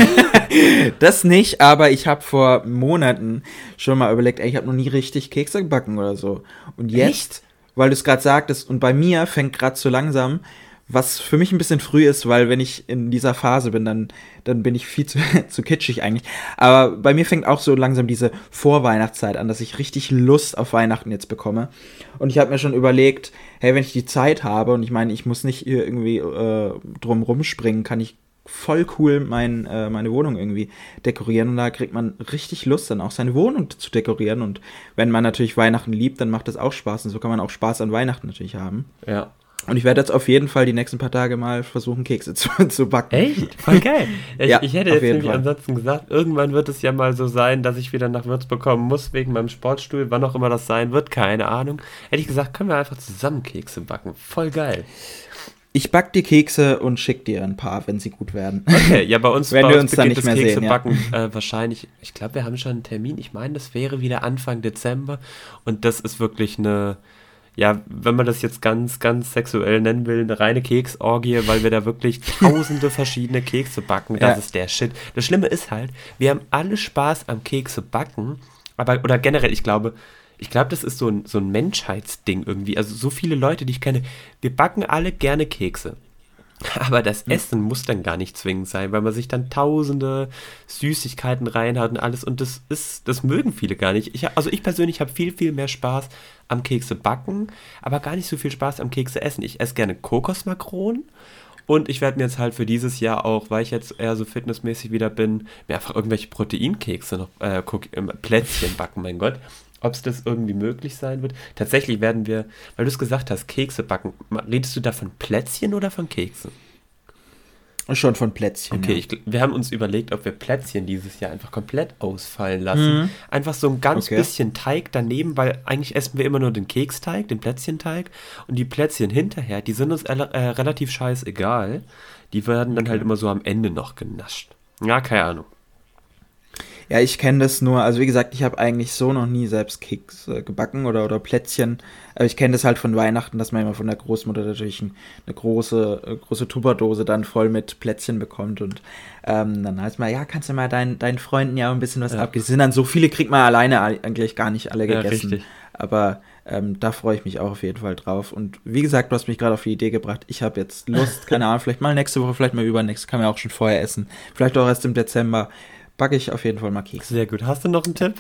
Speaker 1: das nicht, aber ich habe vor Monaten schon mal überlegt, ey, ich habe noch nie richtig Kekse gebacken oder so. Und jetzt... Echt? Weil du es gerade sagtest, und bei mir fängt gerade so langsam, was für mich ein bisschen früh ist, weil wenn ich in dieser Phase bin, dann, dann bin ich viel zu, zu kitschig eigentlich. Aber bei mir fängt auch so langsam diese Vorweihnachtszeit an, dass ich richtig Lust auf Weihnachten jetzt bekomme. Und ich habe mir schon überlegt, hey, wenn ich die Zeit habe, und ich meine, ich muss nicht hier irgendwie äh, drum rumspringen, kann ich voll cool mein, äh, meine Wohnung irgendwie dekorieren und da kriegt man richtig Lust, dann auch seine Wohnung zu dekorieren und wenn man natürlich Weihnachten liebt, dann macht das auch Spaß und so kann man auch Spaß an Weihnachten natürlich haben.
Speaker 2: Ja.
Speaker 1: Und ich werde jetzt auf jeden Fall die nächsten paar Tage mal versuchen, Kekse zu, zu backen.
Speaker 2: Echt? Voll geil. Ich,
Speaker 1: ja,
Speaker 2: ich hätte jetzt nämlich Fall. ansonsten gesagt, irgendwann wird es ja mal so sein, dass ich wieder nach Würzburg kommen muss, wegen meinem Sportstuhl, wann auch immer das sein wird, keine Ahnung. Hätte ich gesagt, können wir einfach zusammen Kekse backen. Voll geil.
Speaker 1: Ich back dir Kekse und schick dir ein paar, wenn sie gut werden.
Speaker 2: Okay, ja, bei uns,
Speaker 1: wenn
Speaker 2: bei
Speaker 1: wir
Speaker 2: uns
Speaker 1: uns dann nicht mehr
Speaker 2: Kekse
Speaker 1: sehen,
Speaker 2: backen ja. äh, wahrscheinlich, ich glaube, wir haben schon einen Termin. Ich meine, das wäre wieder Anfang Dezember und das ist wirklich eine, ja, wenn man das jetzt ganz, ganz sexuell nennen will, eine reine Keksorgie, weil wir da wirklich tausende verschiedene Kekse backen. Das ja. ist der Shit. Das Schlimme ist halt, wir haben alle Spaß am Kekse backen, aber, oder generell, ich glaube, Ich glaube, das ist so ein, so ein Menschheitsding irgendwie. Also so viele Leute, die ich kenne, wir backen alle gerne Kekse. Aber das Essen mhm. muss dann gar nicht zwingend sein, weil man sich dann tausende Süßigkeiten reinhaut und alles. Und das ist, das mögen viele gar nicht. Ich, also ich persönlich habe viel, viel mehr Spaß am Kekse backen, aber gar nicht so viel Spaß am Kekse essen. Ich esse gerne Kokosmakronen. Und ich werde mir jetzt halt für dieses Jahr auch, weil ich jetzt eher so fitnessmäßig wieder bin, mir einfach irgendwelche Proteinkekse noch, äh, Plätzchen backen, mein Gott. Ob es das irgendwie möglich sein wird. Tatsächlich werden wir, weil du es gesagt hast, Kekse backen. Redest du da von Plätzchen oder von Keksen?
Speaker 1: Schon von Plätzchen.
Speaker 2: Okay,
Speaker 1: ja.
Speaker 2: ich, wir haben uns überlegt, ob wir Plätzchen dieses Jahr einfach komplett ausfallen lassen. Mhm. Einfach so ein ganz okay. bisschen Teig daneben, weil eigentlich essen wir immer nur den Keksteig, den Plätzchenteig. Und die Plätzchen hinterher, die sind uns äh, relativ scheißegal. Die werden dann okay. halt immer so am Ende noch genascht. Ja, keine Ahnung.
Speaker 1: Ja, ich kenne das nur, also wie gesagt, ich habe eigentlich so noch nie selbst Kekse gebacken oder, oder Plätzchen. Aber ich kenne das halt von Weihnachten, dass man immer von der Großmutter natürlich ein, eine große, große Tupperdose dann voll mit Plätzchen bekommt. Und ähm, dann heißt man, ja, kannst du mal deinen, deinen Freunden ja ein bisschen was ja. abgeben. Sind dann so viele, kriegt man alleine eigentlich gar nicht alle gegessen. Ja, richtig. Aber ähm, da freue ich mich auch auf jeden Fall drauf. Und wie gesagt, du hast mich gerade auf die Idee gebracht, ich habe jetzt Lust, keine Ahnung, vielleicht mal nächste Woche, vielleicht mal übernächste, kann man auch schon vorher essen. Vielleicht auch erst im Dezember. Backe ich auf jeden Fall mal Kekse.
Speaker 2: Sehr gut. Hast du noch einen Tipp?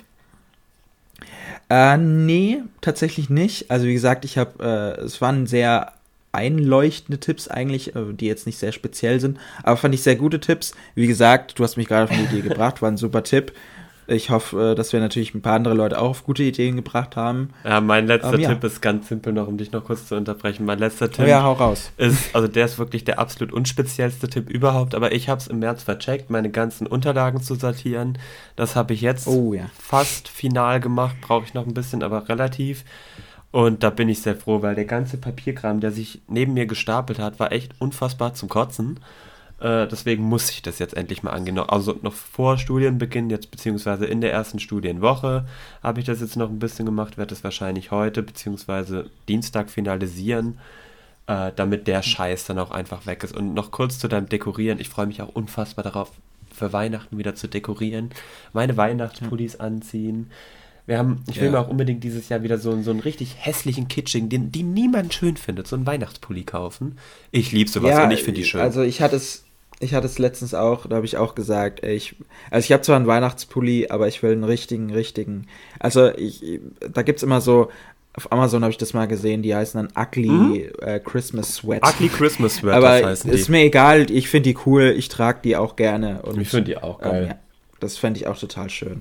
Speaker 1: Äh, nee, tatsächlich nicht. Also wie gesagt, ich habe, äh, es waren sehr einleuchtende Tipps eigentlich, äh, die jetzt nicht sehr speziell sind, aber fand ich sehr gute Tipps. Wie gesagt, du hast mich gerade auf die Idee gebracht, war ein super Tipp. Ich hoffe, dass wir natürlich ein paar andere Leute auch auf gute Ideen gebracht haben.
Speaker 2: Ja, mein letzter
Speaker 1: Ähm, ja.
Speaker 2: Tipp ist ganz simpel noch, um dich noch kurz zu unterbrechen. Mein letzter
Speaker 1: Oh
Speaker 2: Tipp
Speaker 1: ja, hau raus.
Speaker 2: ist, also der ist wirklich der absolut unspeziellste Tipp überhaupt, aber ich habe es im März vercheckt, meine ganzen Unterlagen zu sortieren. Das habe ich jetzt
Speaker 1: Oh ja.
Speaker 2: fast final gemacht, brauche ich noch ein bisschen, aber relativ. Und da bin ich sehr froh, weil der ganze Papierkram, der sich neben mir gestapelt hat, war echt unfassbar zum Kotzen. Äh, deswegen muss ich das jetzt endlich mal angehen. Also noch vor Studienbeginn, jetzt beziehungsweise in der ersten Studienwoche, habe ich das jetzt noch ein bisschen gemacht, werde das wahrscheinlich heute beziehungsweise Dienstag finalisieren, äh, damit der Scheiß dann auch einfach weg ist. Und noch kurz zu deinem Dekorieren. Ich freue mich auch unfassbar darauf, für Weihnachten wieder zu dekorieren, meine Weihnachtspullis anziehen. Wir haben, ich will
Speaker 1: Ja.
Speaker 2: mir auch unbedingt dieses Jahr wieder so, einen- so einen richtig hässlichen, kitschigen, den, den niemand schön findet, so einen Weihnachtspulli kaufen. Ich liebe sowas
Speaker 1: Ja,
Speaker 2: und ich finde die schön.
Speaker 1: also ich hatte es, ich hatte es letztens auch, da habe ich auch gesagt, ey, ich, also ich habe zwar einen Weihnachtspulli, aber ich will einen richtigen, richtigen, also ich, da gibt's immer so, auf Amazon habe ich das mal gesehen, die heißen dann Ugly
Speaker 2: Mhm.
Speaker 1: äh, Christmas Sweat.
Speaker 2: Ugly Christmas Sweaters
Speaker 1: Aber
Speaker 2: heißen
Speaker 1: ist
Speaker 2: die.
Speaker 1: mir egal, ich finde die cool, ich trage die auch gerne. Und,
Speaker 2: Ich finde die auch
Speaker 1: ähm,
Speaker 2: geil.
Speaker 1: ja, das fände ich auch total schön.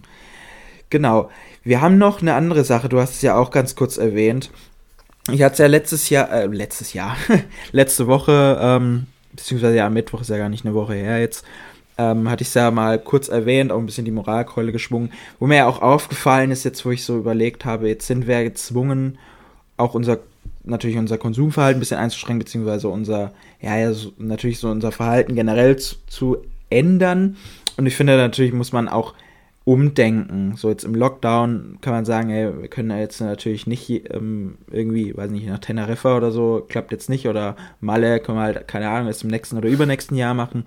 Speaker 1: Genau. Wir haben noch eine andere Sache, du hast es ja auch ganz kurz erwähnt. Ich hatte es ja letztes Jahr, äh, letztes Jahr, letzte Woche, ähm, beziehungsweise ja, am Mittwoch ist ja gar nicht eine Woche her jetzt, ähm, hatte ich es ja mal kurz erwähnt, auch ein bisschen die Moralkeule geschwungen, wo mir ja auch aufgefallen ist, jetzt wo ich so überlegt habe, jetzt sind wir gezwungen, auch unser, natürlich unser Konsumverhalten ein bisschen einzuschränken, beziehungsweise unser, ja, ja, so, natürlich so unser Verhalten generell zu, zu ändern. Und ich finde, natürlich muss man auch umdenken. So jetzt im Lockdown kann man sagen, ey, wir können ja jetzt natürlich nicht ähm, irgendwie, weiß nicht, nach Teneriffa oder so, klappt jetzt nicht, oder Malle können wir halt, keine Ahnung, erst im nächsten oder übernächsten Jahr machen.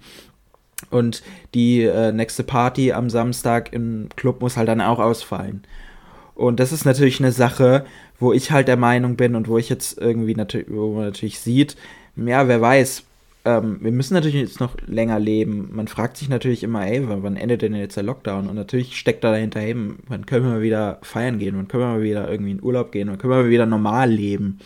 Speaker 1: Und die äh, nächste Party am Samstag im Club muss halt dann auch ausfallen. Und das ist natürlich eine Sache, wo ich halt der Meinung bin und wo ich jetzt irgendwie natürlich, wo man natürlich sieht, ja, wer weiß, ähm, wir müssen natürlich jetzt noch länger leben. Man fragt sich natürlich immer, ey, wann, wann endet denn jetzt der Lockdown? Und natürlich steckt da dahinter, hey, wann können wir mal wieder feiern gehen? Wann können wir mal wieder irgendwie in Urlaub gehen? Wann können wir mal wieder normal leben?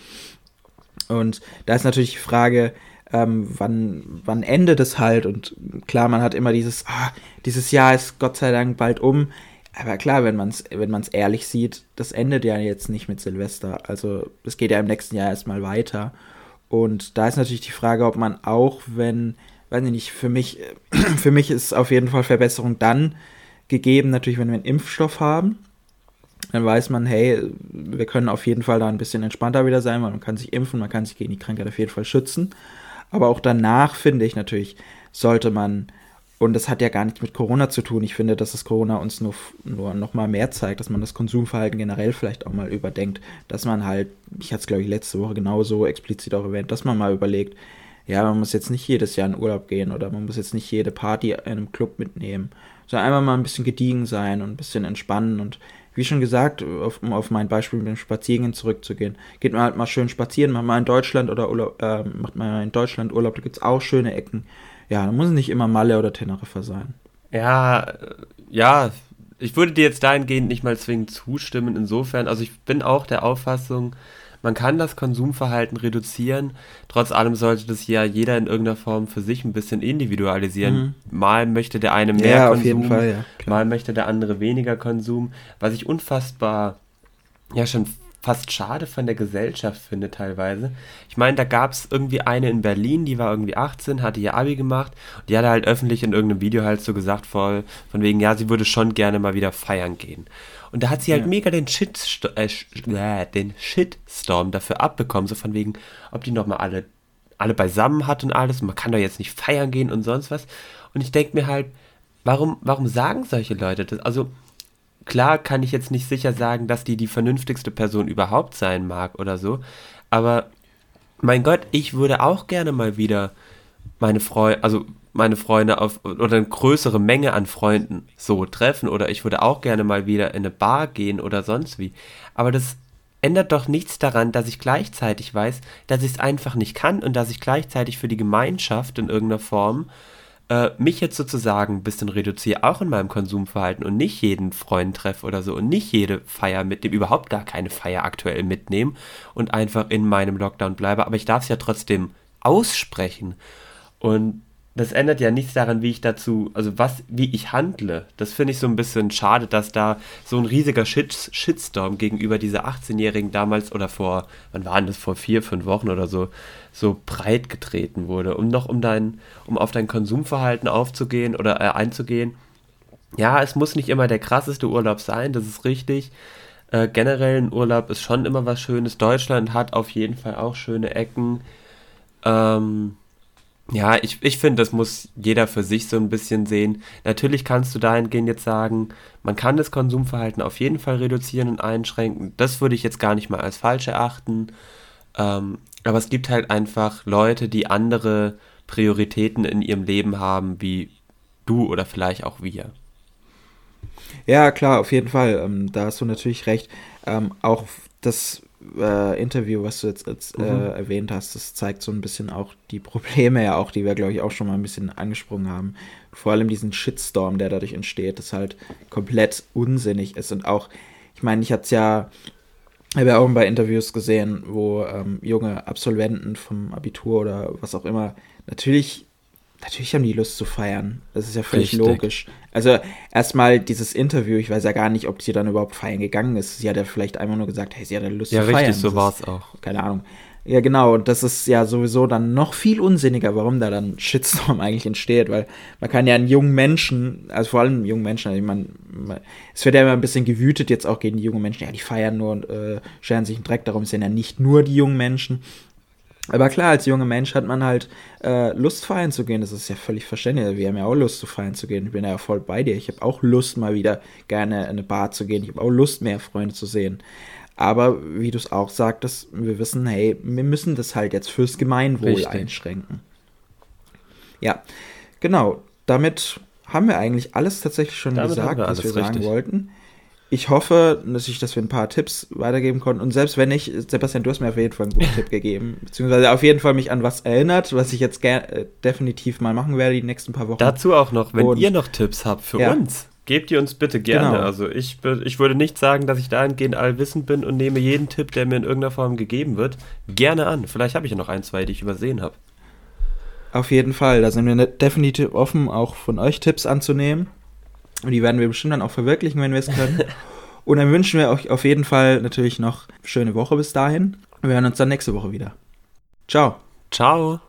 Speaker 1: Und da ist natürlich die Frage, ähm, wann, wann endet es halt? Und klar, man hat immer dieses, ah, dieses Jahr ist Gott sei Dank bald um. Aber klar, wenn man es wenn man's ehrlich sieht, das endet ja jetzt nicht mit Silvester. Also es geht ja im nächsten Jahr erstmal weiter. Und da ist natürlich die Frage, ob man auch, wenn, weiß ich nicht, für mich, für mich ist auf jeden Fall Verbesserung dann gegeben, natürlich, wenn wir einen Impfstoff haben. Dann weiß man, hey, wir können auf jeden Fall da ein bisschen entspannter wieder sein, weil man kann sich impfen, man kann sich gegen die Krankheit auf jeden Fall schützen. Aber auch danach, finde ich natürlich, sollte man, und das hat ja gar nichts mit Corona zu tun, ich finde, dass das Corona uns nur, nur noch mal mehr zeigt, dass man das Konsumverhalten generell vielleicht auch mal überdenkt, dass man halt, ich hatte es glaube ich letzte Woche genauso explizit auch erwähnt, dass man mal überlegt, ja, man muss jetzt nicht jedes Jahr in Urlaub gehen oder man muss jetzt nicht jede Party in einem Club mitnehmen, sondern einfach mal ein bisschen gediegen sein und ein bisschen entspannen. Und wie schon gesagt, auf, um auf mein Beispiel mit dem Spaziergehen zurückzugehen, geht man halt mal schön spazieren, macht mal in Deutschland oder Urlaub, äh, macht mal in Deutschland Urlaub, da gibt es auch schöne Ecken. Ja, da muss es nicht immer Malle oder Teneriffa sein.
Speaker 2: Ja, äh, ja, ich würde dir jetzt dahingehend nicht mal zwingend zustimmen, insofern, also ich bin auch der Auffassung, man kann das Konsumverhalten reduzieren, trotz allem sollte das ja jeder in irgendeiner Form für sich ein bisschen individualisieren.
Speaker 1: Mhm.
Speaker 2: Mal möchte der eine mehr
Speaker 1: Ja, auf
Speaker 2: Konsum,
Speaker 1: jeden Fall, ja, klar.
Speaker 2: mal möchte der andere weniger Konsum, was ich unfassbar, ja schon fast schade von der Gesellschaft finde teilweise. Ich meine, da gab es irgendwie eine in Berlin, die war irgendwie achtzehn, hatte ihr Abi gemacht und die hatte halt öffentlich in irgendeinem Video halt so gesagt, voll, von wegen, ja, sie würde schon gerne mal wieder feiern gehen. Und da hat sie halt
Speaker 1: Ja.
Speaker 2: mega den, Shitst äh, sch- äh, den Shitstorm dafür abbekommen, so von wegen, ob die nochmal alle, alle beisammen hat und alles, und man kann doch jetzt nicht feiern gehen und sonst was. Und ich denke mir halt, warum, warum sagen solche Leute das? Also, klar kann ich jetzt nicht sicher sagen, dass die die vernünftigste Person überhaupt sein mag oder so, aber mein Gott, ich würde auch gerne mal wieder meine Freunde, also meine Freunde auf, oder eine größere Menge an Freunden so treffen, oder ich würde auch gerne mal wieder in eine Bar gehen oder sonst wie, aber das ändert doch nichts daran, dass ich gleichzeitig weiß, dass ich es einfach nicht kann und dass ich gleichzeitig für die Gemeinschaft in irgendeiner Form äh, mich jetzt sozusagen ein bisschen reduziere, auch in meinem Konsumverhalten und nicht jeden Freund treffe oder so und nicht jede Feier mitnehme, überhaupt gar keine Feier aktuell mitnehmen und einfach in meinem Lockdown bleibe, aber ich darf es ja trotzdem aussprechen. Und das ändert ja nichts daran, wie ich dazu, also was, wie ich handle. Das finde ich so ein bisschen schade, dass da so ein riesiger Shit, Shitstorm gegenüber dieser achtzehnjährigen damals oder vor, wann waren das, vor vier, fünf Wochen oder so, so breit getreten wurde. Um noch um dein, um auf dein Konsumverhalten aufzugehen oder äh, einzugehen. Ja, es muss nicht immer der krasseste Urlaub sein, das ist richtig. Äh, generell ein Urlaub ist schon immer was Schönes. Deutschland hat auf jeden Fall auch schöne Ecken. Ähm, ja, ich, ich finde, das muss jeder für sich so ein bisschen sehen. Natürlich kannst du dahingehend jetzt sagen, man kann das Konsumverhalten auf jeden Fall reduzieren und einschränken. Das würde ich jetzt gar nicht mal als falsch erachten. Ähm, aber es gibt halt einfach Leute, die andere Prioritäten in ihrem Leben haben, wie du oder vielleicht auch wir.
Speaker 1: Ja, klar, auf jeden Fall. Ähm, da hast du natürlich recht. Ähm, auch das äh, Interview, was du jetzt, jetzt äh,
Speaker 2: Mhm.
Speaker 1: erwähnt hast, das zeigt so ein bisschen auch die Probleme ja auch, die wir, glaube ich, auch schon mal ein bisschen angesprochen haben. Vor allem diesen Shitstorm, der dadurch entsteht, das halt komplett unsinnig ist. Und auch, ich meine, ich hatte es ja, habe ja auch bei Interviews gesehen, wo ähm, junge Absolventen vom Abitur oder was auch immer, natürlich Natürlich haben die Lust zu feiern. Das ist ja völlig
Speaker 2: Richtig.
Speaker 1: logisch. Also erstmal dieses Interview, ich weiß ja gar nicht, ob sie dann überhaupt feiern gegangen ist. Sie hat ja vielleicht einfach nur gesagt, hey, sie hat ja Lust
Speaker 2: Ja,
Speaker 1: zu feiern.
Speaker 2: richtig, so
Speaker 1: Das
Speaker 2: war
Speaker 1: ist,
Speaker 2: es auch.
Speaker 1: keine Ahnung. Ja, genau. Und das ist ja sowieso dann noch viel unsinniger, warum da dann Shitstorm eigentlich entsteht. Weil man kann ja einen jungen Menschen, also vor allem einen jungen Menschen, also ich meine, man- es wird ja immer ein bisschen gewütet jetzt auch gegen die jungen Menschen. Ja, die feiern nur und äh, scheren sich einen Dreck. Darum sind ja nicht nur die jungen Menschen. Aber klar, als junger Mensch hat man halt äh, Lust, feiern zu gehen. Das ist ja völlig verständlich. Wir haben ja auch Lust, zu feiern zu gehen. Ich bin ja voll bei dir. Ich habe auch Lust, mal wieder gerne in eine Bar zu gehen. Ich habe auch Lust, mehr Freunde zu sehen. Aber wie du es auch sagtest, wir wissen, hey, wir müssen das halt jetzt fürs Gemeinwohl
Speaker 2: Richtig.
Speaker 1: einschränken. Ja, genau. Damit haben wir eigentlich alles tatsächlich schon
Speaker 2: Damit haben
Speaker 1: gesagt,
Speaker 2: wir
Speaker 1: was
Speaker 2: alles
Speaker 1: wir sagen
Speaker 2: richtig.
Speaker 1: wollten. Ich hoffe, dass, ich, dass wir ein paar Tipps weitergeben konnten. Und selbst wenn nicht, Sebastian, du hast mir auf jeden Fall einen guten Tipp gegeben. Beziehungsweise auf jeden Fall mich an was erinnert, was ich jetzt ger äh, definitiv mal machen werde die nächsten paar Wochen.
Speaker 2: Dazu auch noch, wenn
Speaker 1: Und-
Speaker 2: ihr noch Tipps habt für
Speaker 1: Ja.
Speaker 2: uns, gebt ihr uns bitte gerne.
Speaker 1: Genau.
Speaker 2: Also ich, be- ich würde nicht sagen, dass ich dahingehend allwissend bin und nehme jeden Tipp, der mir in irgendeiner Form gegeben wird, gerne an. Vielleicht habe ich ja noch ein, zwei, die ich übersehen habe.
Speaker 1: Auf jeden Fall. Da sind wir ne- definitiv offen, auch von euch Tipps anzunehmen. Und die werden wir bestimmt dann auch verwirklichen, wenn wir es können. Und dann wünschen wir euch auf jeden Fall natürlich noch eine schöne Woche bis dahin. Wir hören uns dann nächste Woche wieder. Ciao.
Speaker 2: Ciao.